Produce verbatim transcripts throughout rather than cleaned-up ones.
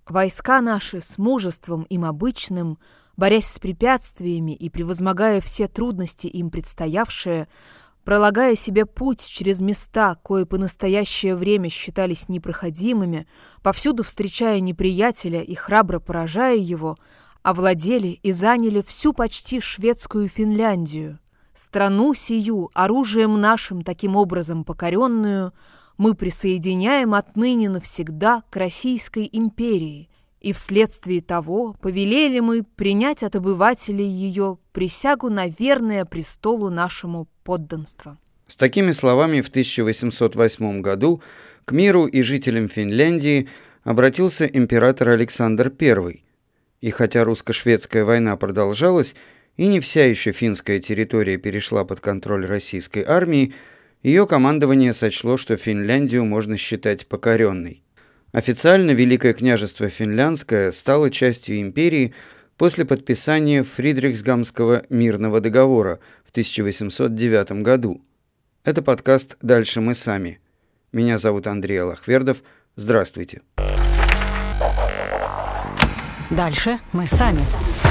Войска наши с мужеством им обычным, борясь с препятствиями и превозмогая все трудности им предстоявшие, пролагая себе путь через места, кои по настоящее время считались непроходимыми, повсюду встречая неприятеля и храбро поражая его, овладели и заняли всю почти шведскую Финляндию. Страну сию, оружием нашим таким образом покоренную, мы присоединяем отныне навсегда к Российской империи, и вследствие того повелели мы принять от обывателей ее присягу на верное престолу нашему подданство. С такими словами в тысяча восемьсот восьмом году к миру и жителям Финляндии обратился император Александр Первый. И хотя русско-шведская война продолжалась, и не вся еще финская территория перешла под контроль российской армии, ее командование сочло, что Финляндию можно считать покоренной. Официально Великое княжество Финляндское стало частью империи после подписания Фридрихсгамского мирного договора в тысяча восемьсот девятом году. Это подкаст «Дальше мы сами». Меня зовут Андрей Алахвердов. Здравствуйте. Дальше мы сами.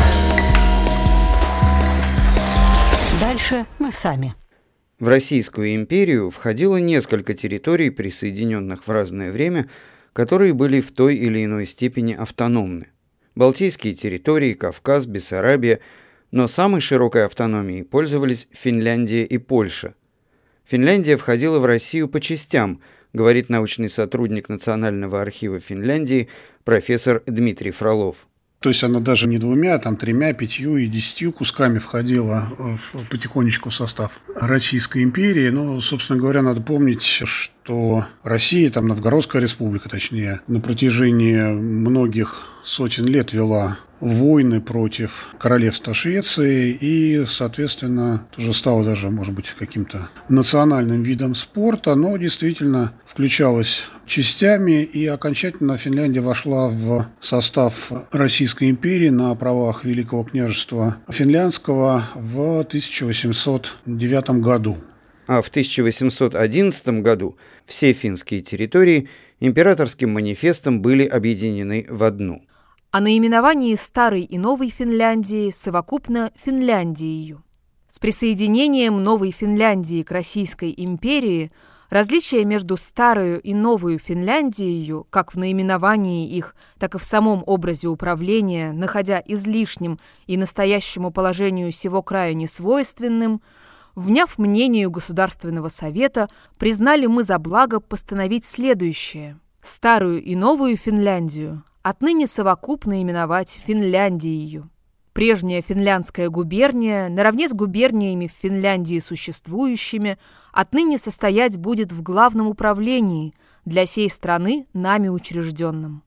Дальше мы сами. В Российскую империю входило несколько территорий, присоединенных в разное время, которые были в той или иной степени автономны. Балтийские территории, Кавказ, Бессарабия, но самой широкой автономией пользовались Финляндия и Польша. Финляндия входила в Россию по частям, говорит научный сотрудник Национального архива Финляндии профессор Дмитрий Фролов. То есть она даже не двумя, а там тремя, пятью и десятью кусками входила в, потихонечку в состав Российской империи. Но, собственно говоря, надо помнить, что Россия, там Новгородская республика, точнее, на протяжении многих сотен лет вела войны против королевства Швеции и, соответственно, тоже стало даже, может быть, каким-то национальным видом спорта, но действительно включалась частями, и окончательно Финляндия вошла в состав Российской империи на правах Великого княжества Финляндского в тысяча восемьсот девятом году. А в тысяча восемьсот одиннадцатом году все финские территории императорским манифестом были объединены в одну. О наименовании Старой и Новой Финляндии совокупно Финляндией. С присоединением Новой Финляндии к Российской империи различия между Старою и Новую Финляндией, как в наименовании их, так и в самом образе управления, находя излишним и настоящему положению сего края несвойственным, вняв мнению Государственного совета, признали мы за благо постановить следующее. Старую и Новую Финляндию отныне совокупно именовать Финляндией. Прежняя финляндская губерния, наравне с губерниями в Финляндии существующими, отныне состоять будет в главном управлении для сей страны нами учрежденном.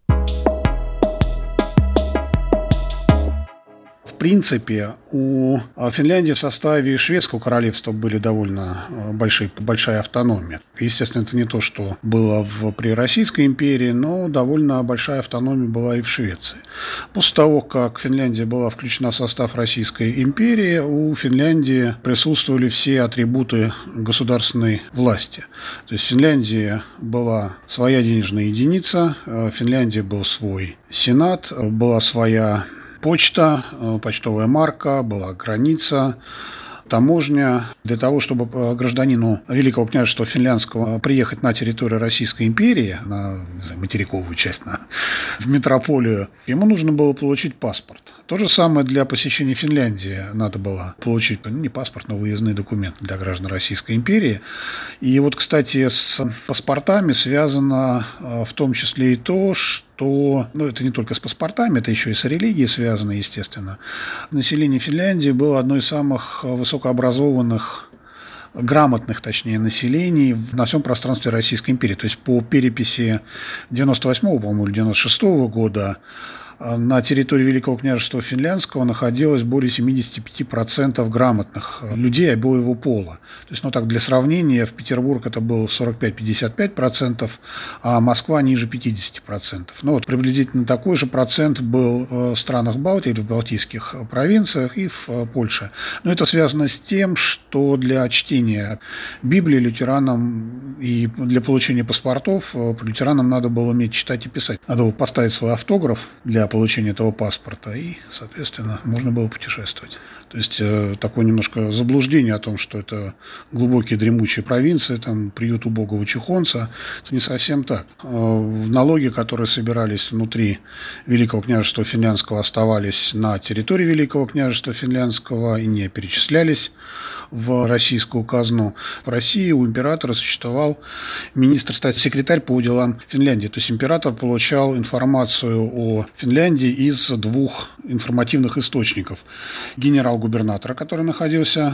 В принципе, у Финляндии в составе Шведского королевства были довольно большие, большая автономия. Естественно, это не то, что было в, при Российской империи, но довольно большая автономия была и в Швеции. После того, как Финляндия была включена в состав Российской империи, у Финляндии присутствовали все атрибуты государственной власти. То есть в Финляндии была своя денежная единица, в Финляндии был свой сенат, была своя почта, почтовая марка, была граница, таможня. Для того, чтобы гражданину Великого княжества Финляндского приехать на территорию Российской империи, на не знаю, материковую часть, на, в метрополию, ему нужно было получить паспорт. То же самое для посещения Финляндии надо было получить, ну, не паспорт, но выездные документы для граждан Российской империи. И вот, кстати, с паспортами связано в том числе и то, что то, ну, это не только с паспортами, это еще и с религией связано, естественно. Население Финляндии было одно из самых высокообразованных, грамотных, точнее, населений на всем пространстве Российской империи. То есть по переписи девяносто восьмого, по-моему, или девяносто шестого года на территории Великого княжества Финляндского находилось более семьдесят пять процентов грамотных людей обоего пола. То есть, ну так, для сравнения, в Петербург это было сорок пять - пятьдесят пять процентов, а Москва ниже пятьдесят процентов. Ну вот приблизительно такой же процент был в странах Балтии или в балтийских провинциях и в Польше. Но это связано с тем, что для чтения Библии лютеранам и для получения паспортов лютеранам надо было уметь читать и писать. Надо было поставить свой автограф для получения этого паспорта, и, соответственно, можно было путешествовать. То есть э, такое немножко заблуждение о том, что это глубокие дремучие провинции, там приют убогого чухонца. Это не совсем так. Э, налоги, которые собирались внутри Великого княжества Финляндского, оставались на территории Великого княжества Финляндского и не перечислялись в российскую казну. В России у императора существовал министр-статс-секретарь по делам Финляндии. То есть император получал информацию о Финляндии из двух информативных источников. Генерал-губернатора, который находился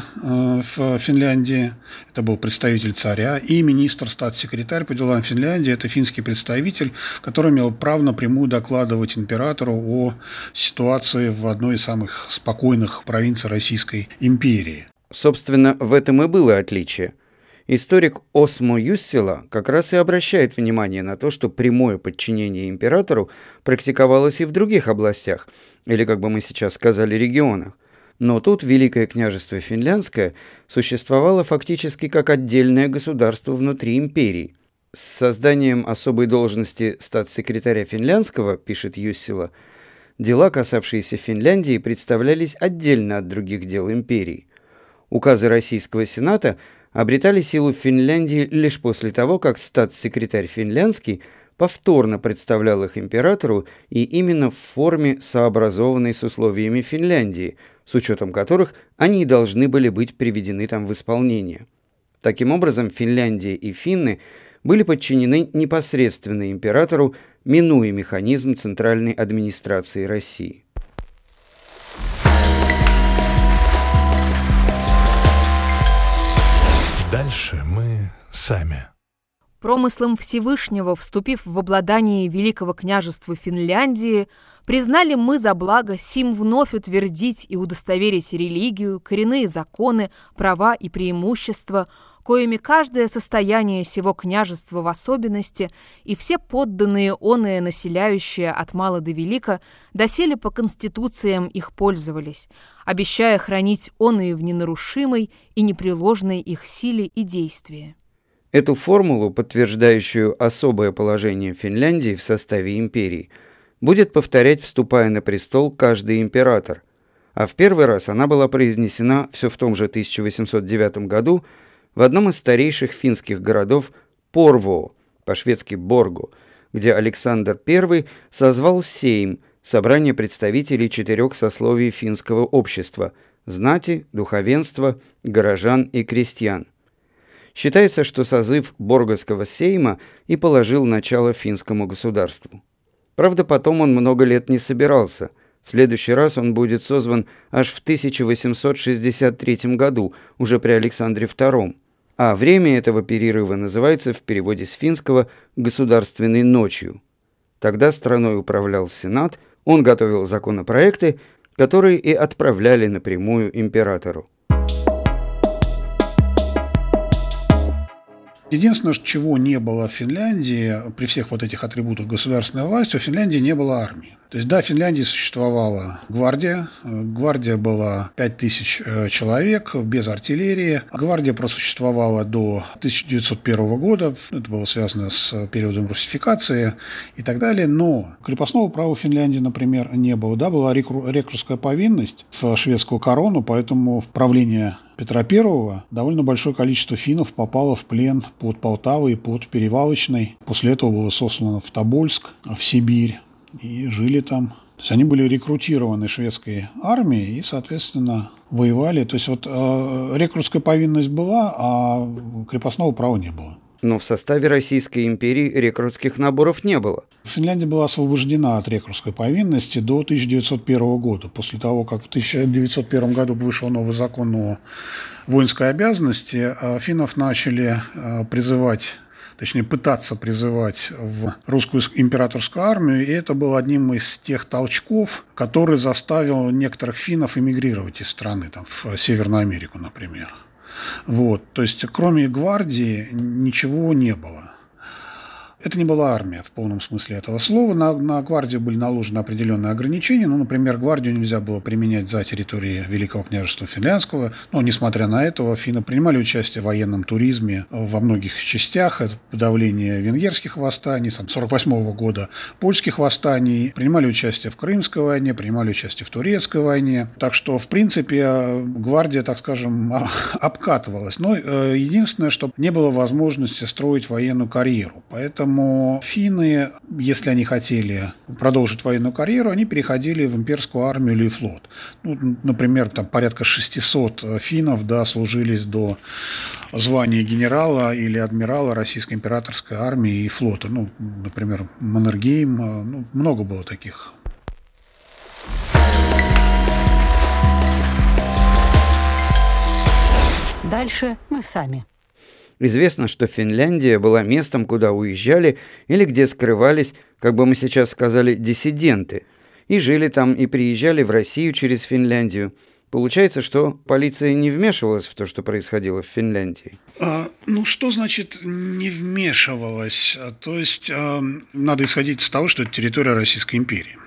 в Финляндии, это был представитель царя, и министр-статс-секретарь по делам Финляндии, это финский представитель, который имел право напрямую докладывать императору о ситуации в одной из самых спокойных провинций Российской империи. Собственно, в этом и было отличие. Историк Осмо Юссила как раз и обращает внимание на то, что прямое подчинение императору практиковалось и в других областях, или, как бы мы сейчас сказали, регионах. Но тут Великое княжество Финляндское существовало фактически как отдельное государство внутри империи. С созданием особой должности статс-секретаря финляндского, пишет Юссила, дела, касавшиеся Финляндии, представлялись отдельно от других дел империи. Указы Российского Сената обретали силу в Финляндии лишь после того, как статс-секретарь финляндский повторно представлял их императору и именно в форме, сообразованной с условиями Финляндии, с учетом которых они и должны были быть приведены там в исполнение. Таким образом, Финляндия и финны были подчинены непосредственно императору, минуя механизм центральной администрации России. Дальше мы сами. Промыслом Всевышнего, вступив в обладание Великого княжества Финляндии, признали мы за благо сим вновь утвердить и удостоверить религию, коренные законы, права и преимущества, коими каждое состояние сего княжества в особенности и все подданные оное населяющие от мала до велика доселе по конституциям их пользовались, обещая хранить оные в ненарушимой и непреложной их силе и действии. Эту формулу, подтверждающую особое положение Финляндии в составе империи, будет повторять, вступая на престол, каждый император. А в первый раз она была произнесена все в том же тысяча восемьсот девятом году в одном из старейших финских городов Порвоо, по-шведски Боргу, где Александр Первый созвал Сейм, собрание представителей четырех сословий финского общества – знати, духовенства, горожан и крестьян. Считается, что созыв Боргского сейма и положил начало финскому государству. Правда, потом он много лет не собирался. В следующий раз он будет созван аж в тысяча восемьсот шестьдесят третьем году, уже при Александре Втором. А время этого перерыва называется в переводе с финского «государственной ночью». Тогда страной управлял Сенат, он готовил законопроекты, которые и отправляли напрямую императору. Единственное, чего не было в Финляндии, при всех вот этих атрибутах государственной власти, у Финляндии не было армии. То есть, да, в Финляндии существовала гвардия. Гвардия была пять тысяч человек без артиллерии. Гвардия просуществовала до тысяча девятьсот первого года. Это было связано с периодом руссификации и так далее. Но крепостного права в Финляндии, например, не было. Да, была рекрутская повинность в шведскую корону, поэтому в правление Петра Первого довольно большое количество финнов попало в плен под Полтавой и под Перевалочной. После этого было сослано в Тобольск, в Сибирь, и жили там. То есть они были рекрутированы шведской армией и, соответственно, воевали. То есть вот э, рекрутская повинность была, а крепостного права не было. Но в составе Российской империи рекрутских наборов не было. Финляндия была освобождена от рекрутской повинности до тысяча девятьсот первого года. После того, как в тысяча девятьсот первом году вышел новый закон о воинской обязанности, финнов начали призывать точнее пытаться призывать в русскую императорскую армию, и это был одним из тех толчков, который заставил некоторых финнов эмигрировать из страны, там, в Северную Америку, например. Вот. То есть кроме гвардии ничего не было. Это не была армия в полном смысле этого слова. На, на гвардию были наложены определенные ограничения. Ну, например, гвардию нельзя было применять за территорией Великого княжества Финляндского. Но, несмотря на это, финны принимали участие в военном туризме во многих частях. Это подавление венгерских восстаний, там, сорок восьмого года польских восстаний. Принимали участие в Крымской войне, принимали участие в Турецкой войне. Так что, в принципе, гвардия, так скажем, обкатывалась. Но единственное, что не было возможности строить военную карьеру. Поэтому Поэтому финны, если они хотели продолжить военную карьеру, они переходили в имперскую армию или флот. Ну, например, там порядка шестисот финнов дослужились до звания генерала или адмирала Российской императорской армии и флота. Ну, например, Маннергейм. Ну, много было таких. Дальше мы сами. Известно, что Финляндия была местом, куда уезжали или где скрывались, как бы мы сейчас сказали, диссиденты, и жили там и приезжали в Россию через Финляндию. Получается, что полиция не вмешивалась в то, что происходило в Финляндии? А, ну, что значит не вмешивалась? То есть а, надо исходить из того, что это территория Российской империи.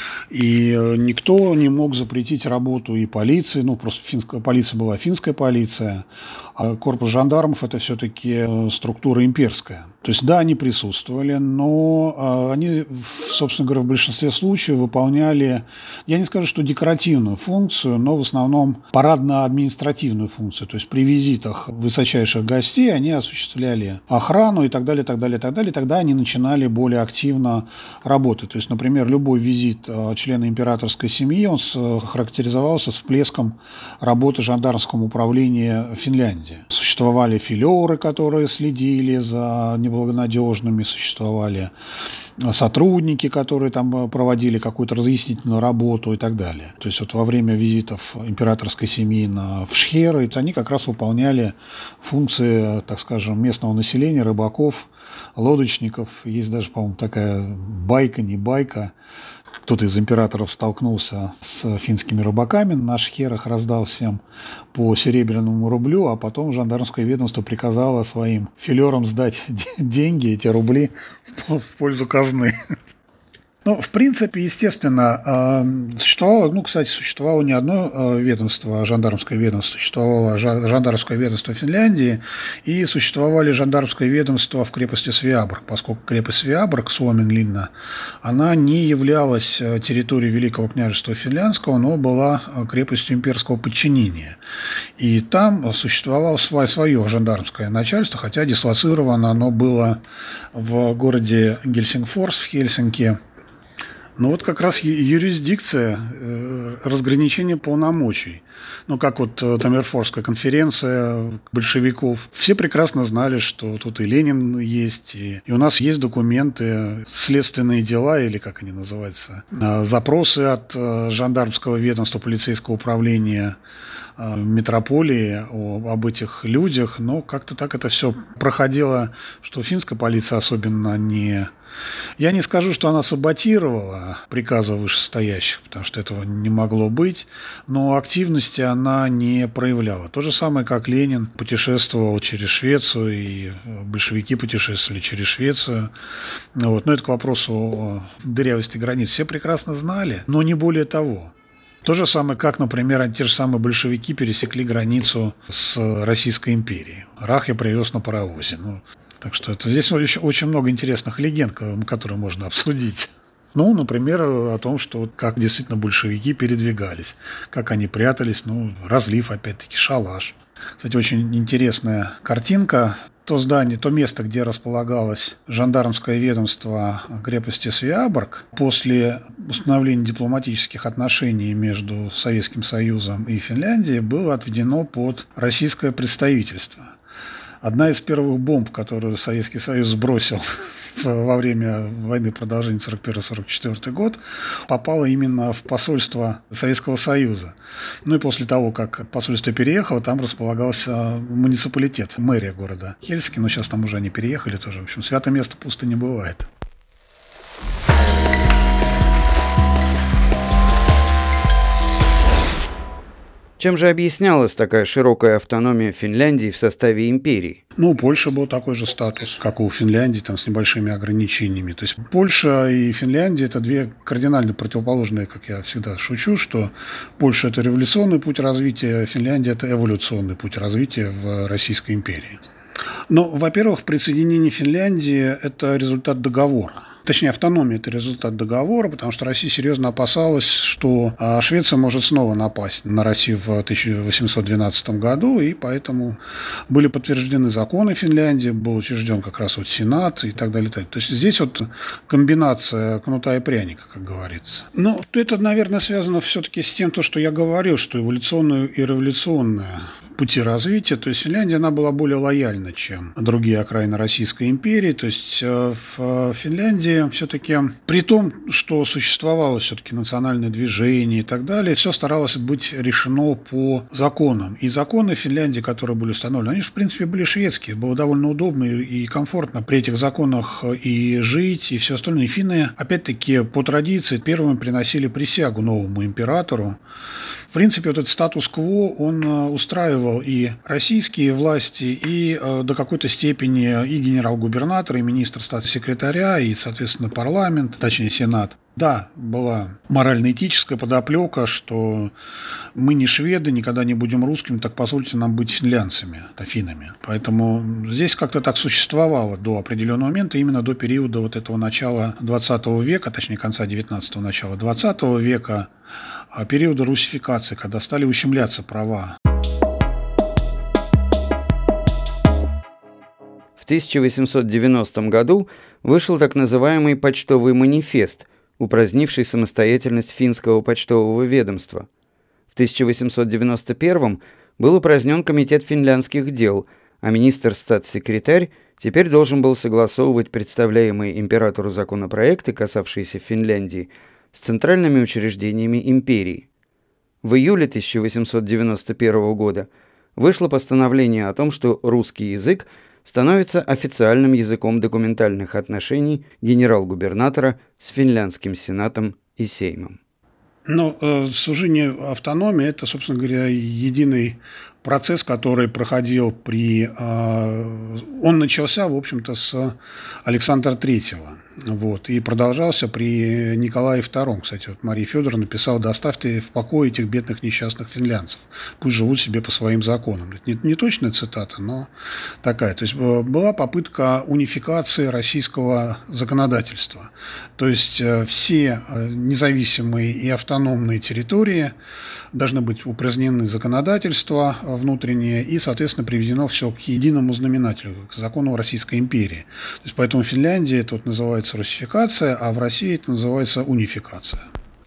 И никто не мог запретить работу и полиции, ну, просто финская полиция была финская полиция, а корпус жандармов – это все-таки структура имперская. То есть, да, они присутствовали, но они, собственно говоря, в большинстве случаев выполняли, я не скажу, что декоративную функцию, но в основном парадно-административную функцию. То есть, при визитах высочайших гостей они осуществляли охрану и так далее, так далее, так далее. Тогда они начинали более активно работать. То есть, например, любой визит члена императорской семьи, он характеризовался всплеском работы жандармского управления Финляндии. Существовали филеры, которые следили за неблагонадежными, существовали сотрудники, которые там проводили какую-то разъяснительную работу и так далее. То есть вот во время визитов императорской семьи на Вшхеры они как раз выполняли функции, так скажем, местного населения, рыбаков, лодочников. Есть даже, по-моему, такая байка, не байка. Кто-то из императоров столкнулся с финскими рыбаками на Шхерах, раздал всем по серебряному рублю, а потом жандармское ведомство приказало своим филерам сдать деньги, эти рубли, в пользу казны. Ну, в принципе, естественно, существовало, ну, кстати, существовало не одно ведомство, а жандармское ведомство, существовало жандармское ведомство Финляндии и существовали жандармское ведомство в крепости Свеаборг, поскольку крепость Свеаборг, Суоменлинна, она не являлась территорией Великого княжества Финляндского, но была крепостью имперского подчинения. И там существовало свое жандармское начальство, хотя дислоцировано оно было в городе Гельсингфорс в Хельсинки. Ну вот как раз юрисдикция, разграничение полномочий. Ну как вот Таммерфорская конференция большевиков. Все прекрасно знали, что тут и Ленин есть, и, и у нас есть документы, следственные дела, или как они называются, запросы от жандармского ведомства, полицейского управления метрополии об этих людях. Но как-то так это все проходило, что финская полиция особенно не... Я не скажу, что она саботировала приказы вышестоящих, потому что этого не могло быть, но активности она не проявляла. То же самое, как Ленин путешествовал через Швецию, и большевики путешествовали через Швецию. Вот. Но это к вопросу о дырявости границ. Все прекрасно знали, но не более того. То же самое, как, например, те же самые большевики пересекли границу с Российской империей. Рах я привез на паровозе. Ну, так что это, здесь очень, очень много интересных легенд, которые можно обсудить. Ну, например, о том, что как действительно большевики передвигались, как они прятались, ну, разлив, опять-таки, шалаш. Кстати, очень интересная картинка. То здание, то место, где располагалось жандармское ведомство крепости Свеаборг, после установления дипломатических отношений между Советским Союзом и Финляндией, было отведено под российское представительство. Одна из первых бомб, которую Советский Союз сбросил во время войны продолжения сорок первый сорок четвёртый год попала именно в посольство Советского Союза. Ну и после того, как посольство переехало, там располагался муниципалитет, мэрия города Хельсинки, но сейчас там уже они переехали тоже. В общем, святое место пусто не бывает. Чем же объяснялась такая широкая автономия Финляндии в составе империи? Ну, у Польши был такой же статус, как у Финляндии, там, с небольшими ограничениями. То есть Польша и Финляндия – это две кардинально противоположные, как я всегда шучу, что Польша – это революционный путь развития, а Финляндия – это эволюционный путь развития в Российской империи. Но, во-первых, присоединение Финляндии – это результат договора. Точнее, автономия – это результат договора, потому что Россия серьезно опасалась, что Швеция может снова напасть на Россию в тысяча восемьсот двенадцатом году, и поэтому были подтверждены законы Финляндии, был учрежден как раз вот Сенат и так далее. То есть здесь вот комбинация кнута и пряника, как говорится. Но это, наверное, связано все-таки с тем, что я говорил, что эволюционное и революционное пути развития. То есть Финляндия, она была более лояльна, чем другие окраины Российской империи. То есть в Финляндии все-таки, при том, что существовало все-таки национальное движение и так далее, все старалось быть решено по законам. И законы Финляндии, которые были установлены, они, в принципе, были шведские. Было довольно удобно и комфортно при этих законах и жить, и все остальное. И финны, опять-таки, по традиции, первыми приносили присягу новому императору. В принципе, вот этот статус-кво, он устраивал и российские власти, и до какой-то степени и генерал-губернатора, и министр статс-секретаря, и, соответственно, парламент, точнее, Сенат. Да, была морально-этическая подоплека, что мы не шведы, никогда не будем русскими, так позвольте нам быть финлянцами, финнами. Поэтому здесь как-то так существовало до определенного момента, именно до периода вот этого начала двадцатого века, точнее конца девятнадцатого, начала двадцатого века, периода русификации, когда стали ущемляться права. В тысяча восемьсот девяностом году вышел так называемый почтовый манифест, упразднивший самостоятельность финского почтового ведомства. В тысяча восемьсот девяносто первом был упразднен Комитет финляндских дел, а министр-статс-секретарь теперь должен был согласовывать представляемые императору законопроекты, касавшиеся Финляндии, с центральными учреждениями империи. В июле тысяча восемьсот девяносто первого года вышло постановление о том, что русский язык становится официальным языком документальных отношений генерал-губернатора с финляндским сенатом и сеймом. Но э, сужение автономии – это, собственно говоря, единый процесс, который проходил при… Э, он начался, в общем-то, с Александра Третьего. Вот, и продолжался при Николае Втором. Кстати, вот Мария Федоровна написала: «Доставьте в покой этих бедных несчастных финлянцев. Пусть живут себе по своим законам». Это не, не точная цитата, но такая. То есть была попытка унификации российского законодательства. То есть все независимые и автономные территории должны быть упразднены законодательства внутреннее и, соответственно, приведено все к единому знаменателю, к закону Российской империи. То есть поэтому в Финляндии это вот называется русификация, а в России это называется унификация.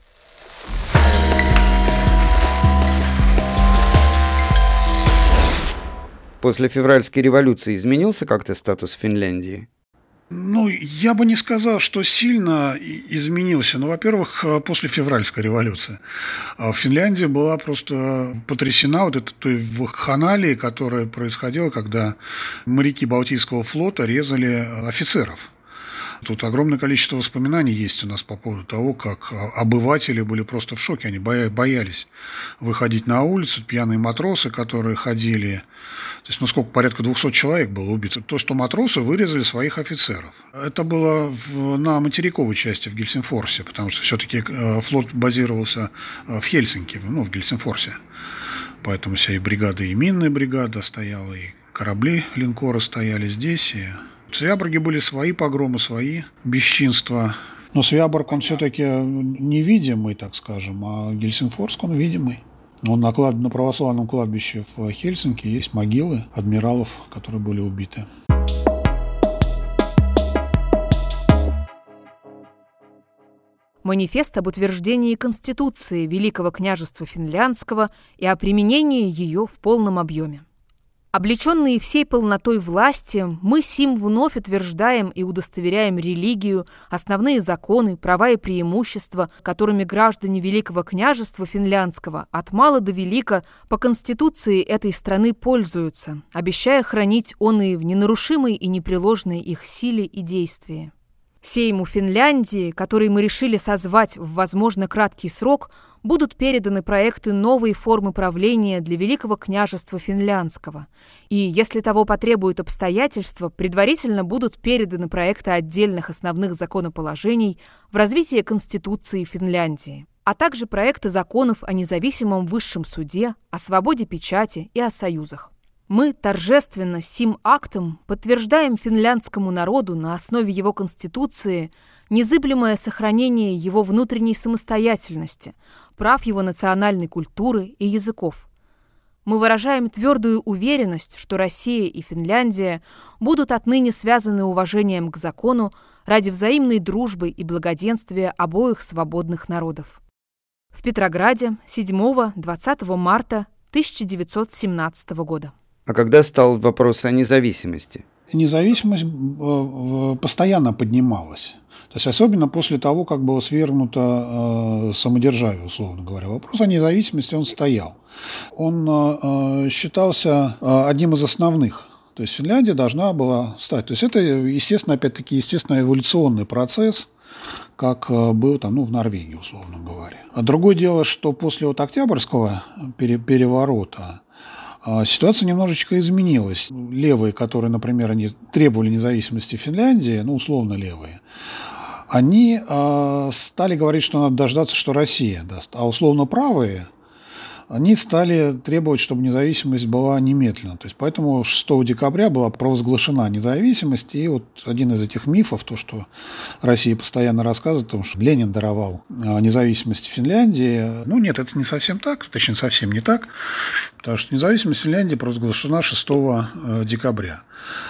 После февральской революции изменился как-то статус Финляндии? Ну, я бы не сказал, что сильно изменился. Но, во-первых, после февральской революции Финляндия была просто потрясена вот этой той вакханалией, которая происходила, когда моряки Балтийского флота резали офицеров. Тут огромное количество воспоминаний есть у нас по поводу того, как обыватели были просто в шоке. Они боялись выходить на улицу. Пьяные матросы, которые ходили. То есть, ну сколько, порядка двухсот человек было убито. То, что матросы вырезали своих офицеров. Это было в, на материковой части в Гельсинфорсе, потому что все-таки флот базировался в Хельсинки, ну, в Гельсинфорсе. Поэтому вся и бригада, и минная бригада стояла, и корабли линкора стояли здесь, и... В Свяборге были свои погромы, свои бесчинства. Но Свяборг, он все-таки невидимый, так скажем, а Гельсинфорск, он видимый. Он на, клад... на православном кладбище в Хельсинки есть могилы адмиралов, которые были убиты. Манифест об утверждении Конституции Великого княжества Финляндского и о применении ее в полном объеме. Облеченные всей полнотой власти, мы сим вновь утверждаем и удостоверяем религию, основные законы, права и преимущества, которыми граждане Великого княжества Финляндского от мала до велика по конституции этой страны пользуются, обещая хранить оные в ненарушимой и непреложной их силе и действии. Сейму Финляндии, который мы решили созвать в, возможно, краткий срок, будут переданы проекты новой формы правления для Великого княжества Финляндского. И, если того потребуют обстоятельства, предварительно будут переданы проекты отдельных основных законоположений в развитие Конституции Финляндии, а также проекты законов о независимом высшем суде, о свободе печати и о союзах. Мы торжественно сим актом подтверждаем финляндскому народу на основе его конституции незыблемое сохранение его внутренней самостоятельности, прав его национальной культуры и языков. Мы выражаем твердую уверенность, что Россия и Финляндия будут отныне связаны уважением к закону ради взаимной дружбы и благоденствия обоих свободных народов. В Петрограде седьмого-двадцатого марта тысяча девятьсот семнадцатого года. А когда стал вопрос о независимости? Независимость постоянно поднималась. То есть особенно после того, как было свергнуто самодержавие, условно говоря. Вопрос о независимости он стоял. Он считался одним из основных. То есть Финляндия должна была стать. То есть это, естественно, опять-таки, естественно, эволюционный процесс, как был там, ну, в Норвегии, условно говоря. А другое дело, что после вот Октябрьского переворота ситуация немножечко изменилась. Левые, которые, например, они требовали независимости Финляндии, ну, условно левые, они э, стали говорить, что надо дождаться, что Россия даст. А условно правые, они стали требовать, чтобы независимость была немедленно. То есть поэтому шестого декабря была провозглашена независимость. И вот один из этих мифов, то, что Россия постоянно рассказывает о том, что Ленин даровал независимость Финляндии. Ну нет, это не совсем так, точнее совсем не так. Потому что независимость Финляндии провозглашена шестого декабря.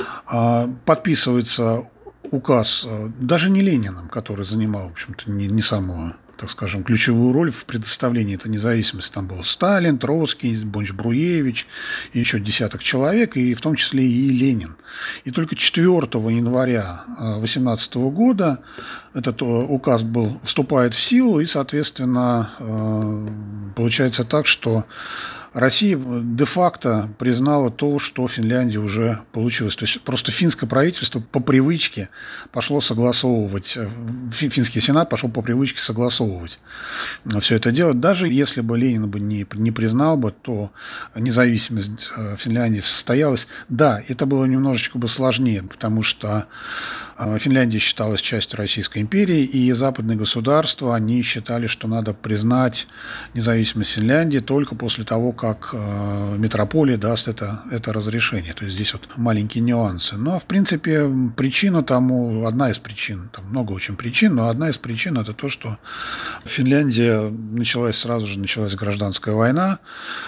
Подписывается указ даже не Лениным, который занимал, в общем-то, не, не самую, так скажем, ключевую роль в предоставлении этой независимости. Там был Сталин, Троцкий, Бонч-Бруевич, и еще десяток человек, и в том числе и Ленин. И только четвёртого января две тысячи восемнадцатого года этот указ был, вступает в силу, и, соответственно, получается так, что Россия де-факто признала то, что Финляндия уже получилось. То есть просто финское правительство по привычке пошло согласовывать, финский сенат пошел по привычке согласовывать все это дело. Даже если бы Ленин бы не, не признал бы, то независимость Финляндии состоялась. Да, это было немножечко бы сложнее, потому что Финляндия считалась частью Российской империи, и западные государства, они считали, что надо признать независимость Финляндии только после того, как э, метрополия даст это, это разрешение. То есть здесь вот маленькие нюансы. Но, в принципе, причина тому, одна из причин, там много очень причин, но одна из причин это то, что в Финляндии началась сразу же началась гражданская война.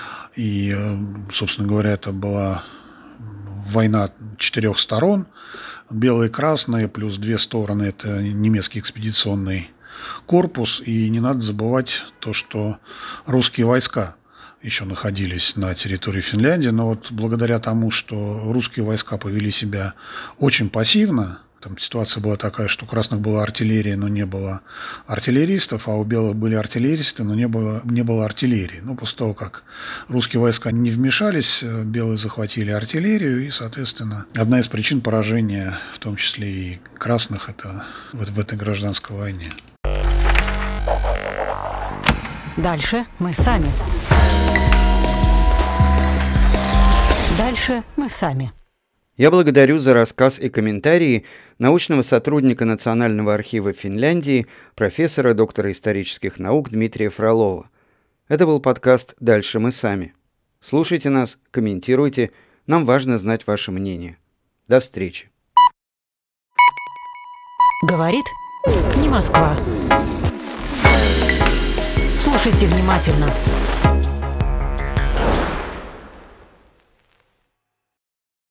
И, собственно говоря, это была война четырех сторон. Белые и красные, плюс две стороны – это немецкий экспедиционный корпус. И не надо забывать то, что русские войска еще находились на территории Финляндии. Но вот благодаря тому, что русские войска повели себя очень пассивно, там ситуация была такая, что у красных была артиллерия, но не было артиллеристов, а у белых были артиллеристы, но не было, не было артиллерии. Но после того, как русские войска не вмешались, белые захватили артиллерию, и, соответственно, одна из причин поражения, в том числе и красных, это вот в этой гражданской войне. Дальше мы сами. Дальше мы сами. Я благодарю за рассказ и комментарии научного сотрудника Национального архива Финляндии, профессора, доктора исторических наук Дмитрия Фролова. Это был подкаст «Дальше мы сами». Слушайте нас, комментируйте, нам важно знать ваше мнение. До встречи. Говорит не Москва. Слушайте внимательно.